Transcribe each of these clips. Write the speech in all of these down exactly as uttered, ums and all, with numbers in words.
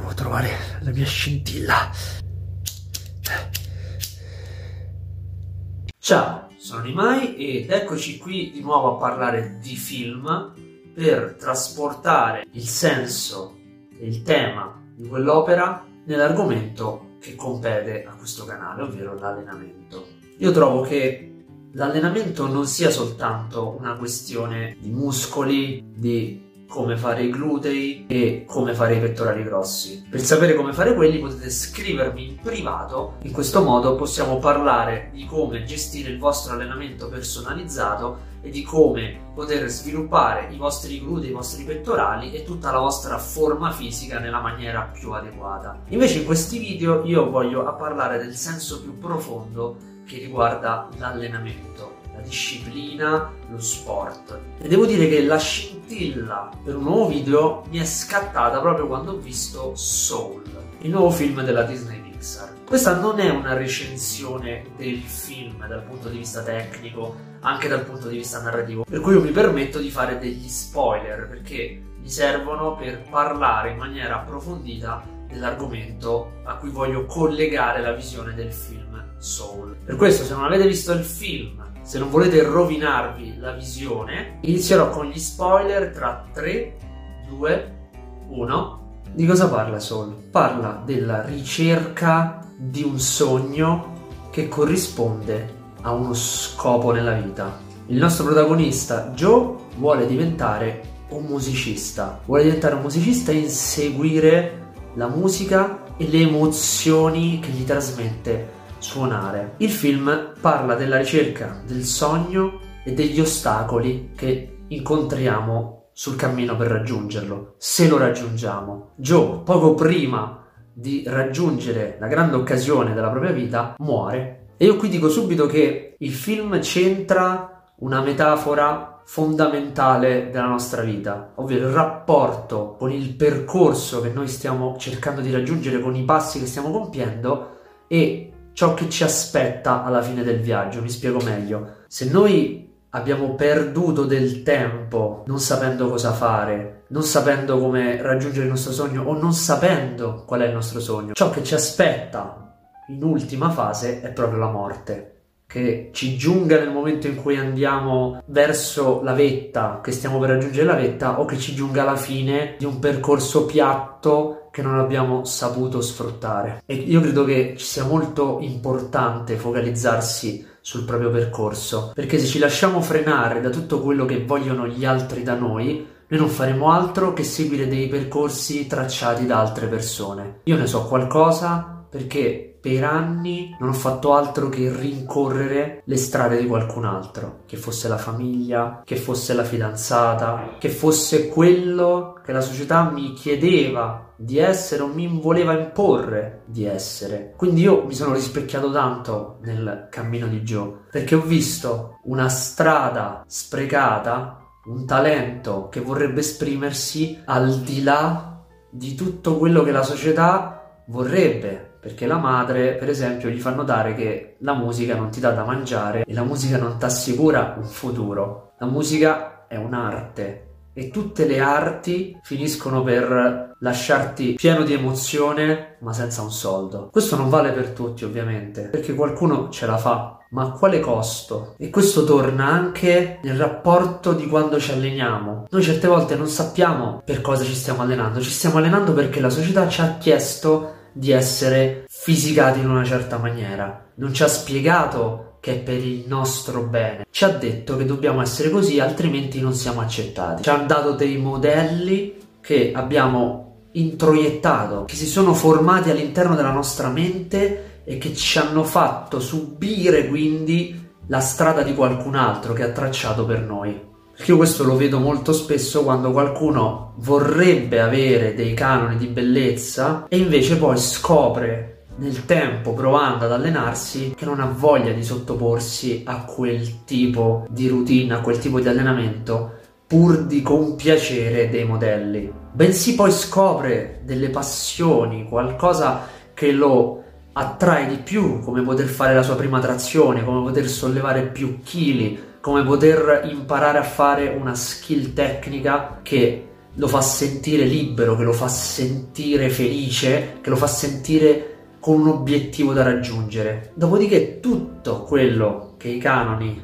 Devo trovare la mia scintilla. Ciao, sono Nimai ed eccoci qui di nuovo a parlare di film per trasportare il senso e il tema di quell'opera nell'argomento che compete a questo canale, ovvero l'allenamento. Io trovo che l'allenamento non sia soltanto una questione di muscoli, di come fare i glutei e come fare i pettorali grossi. Per sapere come fare quelli potete scrivermi in privato, in questo modo possiamo parlare di come gestire il vostro allenamento personalizzato e di come poter sviluppare i vostri glutei, i vostri pettorali e tutta la vostra forma fisica nella maniera più adeguata. Invece in questi video io voglio parlare del senso più profondo che riguarda l'allenamento, la disciplina, lo sport. E devo dire che la scintilla per un nuovo video mi è scattata proprio quando ho visto Soul, il nuovo film della Disney Pixar. Questa non è una recensione del film dal punto di vista tecnico, anche dal punto di vista narrativo, per cui io mi permetto di fare degli spoiler, perché mi servono per parlare in maniera approfondita dell'argomento a cui voglio collegare la visione del film Soul. Per questo, se non avete visto il film, se non volete rovinarvi la visione, inizierò con gli spoiler tra tre, due, uno. Di cosa parla Soul? Parla della ricerca di un sogno che corrisponde a uno scopo nella vita. Il nostro protagonista, Joe, vuole diventare un musicista. Vuole diventare un musicista e inseguire la musica e le emozioni che gli trasmette suonare. Il film parla della ricerca del sogno e degli ostacoli che incontriamo sul cammino per raggiungerlo, se lo raggiungiamo. Joe, poco prima di raggiungere la grande occasione della propria vita, muore. E io qui dico subito che il film centra una metafora fondamentale della nostra vita, ovvero il rapporto con il percorso che noi stiamo cercando di raggiungere, con i passi che stiamo compiendo e ciò che ci aspetta alla fine del viaggio. Mi spiego meglio. Se noi abbiamo perduto del tempo non sapendo cosa fare, non sapendo come raggiungere il nostro sogno o non sapendo qual è il nostro sogno, ciò che ci aspetta in ultima fase è proprio la morte, che ci giunga nel momento in cui andiamo verso la vetta, che stiamo per raggiungere la vetta, o che ci giunga alla fine di un percorso piatto che non abbiamo saputo sfruttare. E io credo che ci sia molto importante focalizzarsi sul proprio percorso, perché se ci lasciamo frenare da tutto quello che vogliono gli altri da noi, noi non faremo altro che seguire dei percorsi tracciati da altre persone. Io ne so qualcosa perché per anni non ho fatto altro che rincorrere le strade di qualcun altro, che fosse la famiglia, che fosse la fidanzata, che fosse quello che la società mi chiedeva di essere o mi voleva imporre di essere. Quindi io mi sono rispecchiato tanto nel cammino di Joe, perché ho visto una strada sprecata, un talento che vorrebbe esprimersi al di là di tutto quello che la società vorrebbe. Perché la madre, per esempio, gli fa notare che la musica non ti dà da mangiare e la musica non ti assicura un futuro. La musica è un'arte e tutte le arti finiscono per lasciarti pieno di emozione ma senza un soldo. Questo non vale per tutti, ovviamente, perché qualcuno ce la fa, ma a quale costo? E questo torna anche nel rapporto di quando ci alleniamo. Noi certe volte non sappiamo per cosa ci stiamo allenando, ci stiamo allenando perché la società ci ha chiesto di essere fisicati in una certa maniera, non ci ha spiegato che è per il nostro bene, ci ha detto che dobbiamo essere così altrimenti non siamo accettati, ci ha dato dei modelli che abbiamo introiettato, che si sono formati all'interno della nostra mente e che ci hanno fatto subire quindi la strada di qualcun altro che ha tracciato per noi. Perché io questo lo vedo molto spesso quando qualcuno vorrebbe avere dei canoni di bellezza e invece poi scopre nel tempo, provando ad allenarsi, che non ha voglia di sottoporsi a quel tipo di routine, a quel tipo di allenamento, pur di compiacere dei modelli. Bensì poi scopre delle passioni, qualcosa che lo attrae di più, come poter fare la sua prima trazione, come poter sollevare più chili, come poter imparare a fare una skill tecnica che lo fa sentire libero, che lo fa sentire felice, che lo fa sentire con un obiettivo da raggiungere. Dopodiché tutto quello che i canoni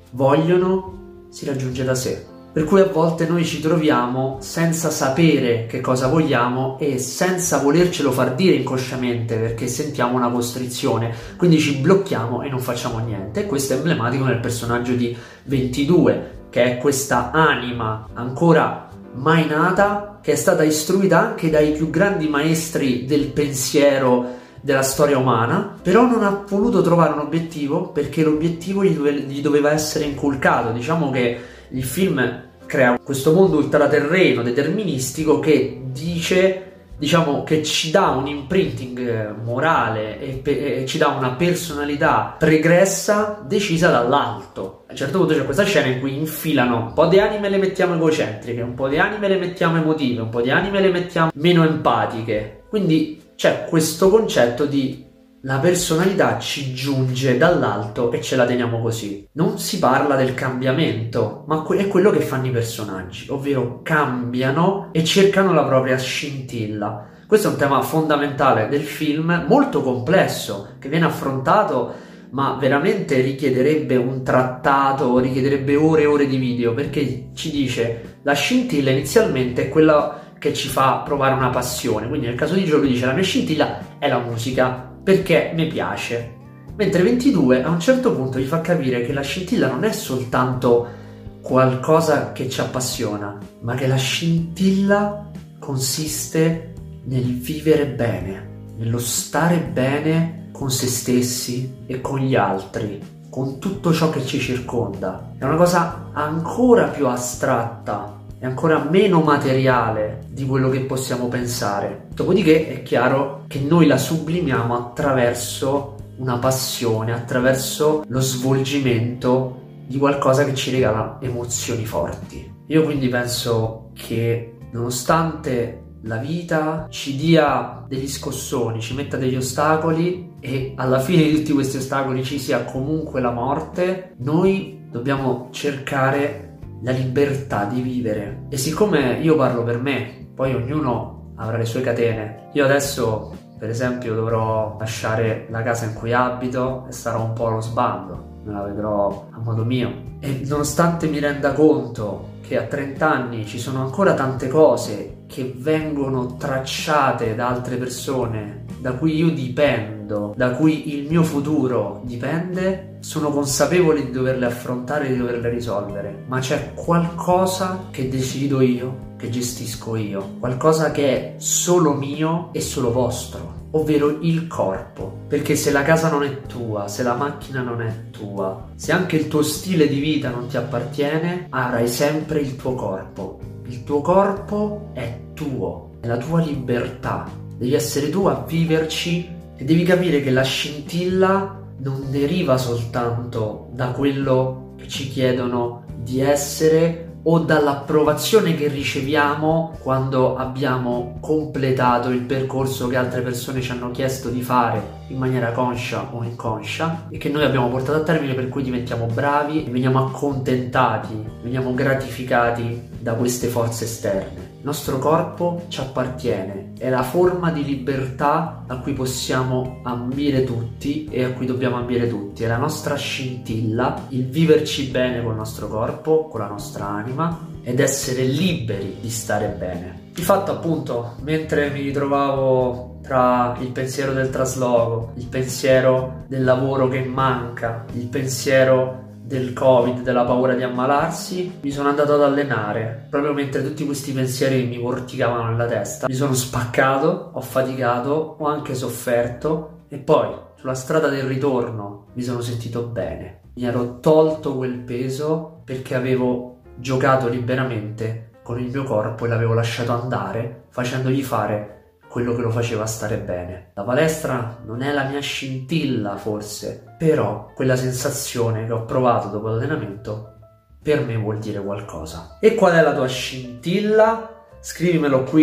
vogliono si raggiunge da sé. Per cui a volte noi ci troviamo senza sapere che cosa vogliamo e senza volercelo far dire inconsciamente, perché sentiamo una costrizione, quindi ci blocchiamo e non facciamo niente. E questo è emblematico nel personaggio di ventidue, che è questa anima ancora mai nata, che è stata istruita anche dai più grandi maestri del pensiero della storia umana, però non ha voluto trovare un obiettivo, perché l'obiettivo gli, dove, gli doveva essere inculcato. Diciamo che il film crea questo mondo ultraterreno deterministico che dice, diciamo, che ci dà un imprinting morale e, pe- e ci dà una personalità pregressa decisa dall'alto. A un certo punto c'è questa scena in cui infilano un po' di anime, le mettiamo egocentriche, un po' di anime le mettiamo emotive, un po' di anime le mettiamo meno empatiche. Quindi c'è questo concetto di la personalità ci giunge dall'alto e ce la teniamo così. Non si parla del cambiamento, ma è quello che fanno i personaggi, ovvero cambiano e cercano la propria scintilla. Questo è un tema fondamentale del film, molto complesso, che viene affrontato, ma veramente richiederebbe un trattato, richiederebbe ore e ore di video, perché ci dice la scintilla inizialmente è quella che ci fa provare una passione. Quindi nel caso di Gio lui dice la mia scintilla è la musica, perché mi piace, mentre ventidue a un certo punto gli fa capire che la scintilla non è soltanto qualcosa che ci appassiona, ma che la scintilla consiste nel vivere bene, nello stare bene con se stessi e con gli altri, con tutto ciò che ci circonda. È una cosa ancora più astratta, è ancora meno materiale di quello che possiamo pensare. Dopodiché è chiaro che noi la sublimiamo attraverso una passione, attraverso lo svolgimento di qualcosa che ci regala emozioni forti. Io quindi penso che nonostante la vita ci dia degli scossoni, ci metta degli ostacoli e alla fine di tutti questi ostacoli ci sia comunque la morte, noi dobbiamo cercare la libertà di vivere. E siccome io parlo per me, poi ognuno avrà le sue catene. Io adesso, per esempio, dovrò lasciare la casa in cui abito e sarò un po' allo sbando, me la vedrò a modo mio. E nonostante mi renda conto che a trenta anni ci sono ancora tante cose che vengono tracciate da altre persone, da cui io dipendo, da cui il mio futuro dipende, sono consapevole di doverle affrontare e di doverle risolvere, ma c'è qualcosa che decido io, che gestisco io, qualcosa che è solo mio e solo vostro, ovvero il corpo. Perché se la casa non è tua, se la macchina non è tua, se anche il tuo stile di vita non ti appartiene, avrai sempre il tuo corpo. Il tuo corpo è tuo, è la tua libertà, devi essere tu a viverci e devi capire che la scintilla non deriva soltanto da quello che ci chiedono di essere o dall'approvazione che riceviamo quando abbiamo completato il percorso che altre persone ci hanno chiesto di fare in maniera conscia o inconscia e che noi abbiamo portato a termine, per cui diventiamo bravi e veniamo accontentati, veniamo gratificati da queste forze esterne. Il nostro corpo ci appartiene, è la forma di libertà a cui possiamo ambire tutti e a cui dobbiamo ambire tutti, è la nostra scintilla, il viverci bene col nostro corpo, con la nostra anima ed essere liberi di stare bene. Di fatto, appunto, mentre mi ritrovavo tra il pensiero del trasloco, il pensiero del lavoro che manca, il pensiero del Covid, della paura di ammalarsi, mi sono andato ad allenare. Proprio mentre tutti questi pensieri mi vorticavano nella testa, mi sono spaccato, ho faticato, ho anche sofferto e poi sulla strada del ritorno mi sono sentito bene. Mi ero tolto quel peso perché avevo giocato liberamente con il mio corpo e l'avevo lasciato andare, facendogli fare quello che lo faceva stare bene. La palestra non è la mia scintilla forse, però quella sensazione che ho provato dopo l'allenamento per me vuol dire qualcosa. E qual è la tua scintilla? Scrivimelo qui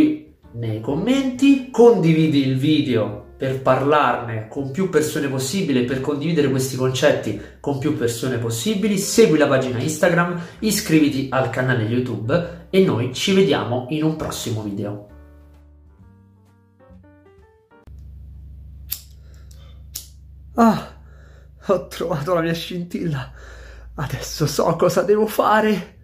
nei commenti, condividi il video per parlarne con più persone possibile, per condividere questi concetti con più persone possibili, segui la pagina Instagram, iscriviti al canale YouTube e noi ci vediamo in un prossimo video. Ah, ho trovato la mia scintilla, adesso so cosa devo fare.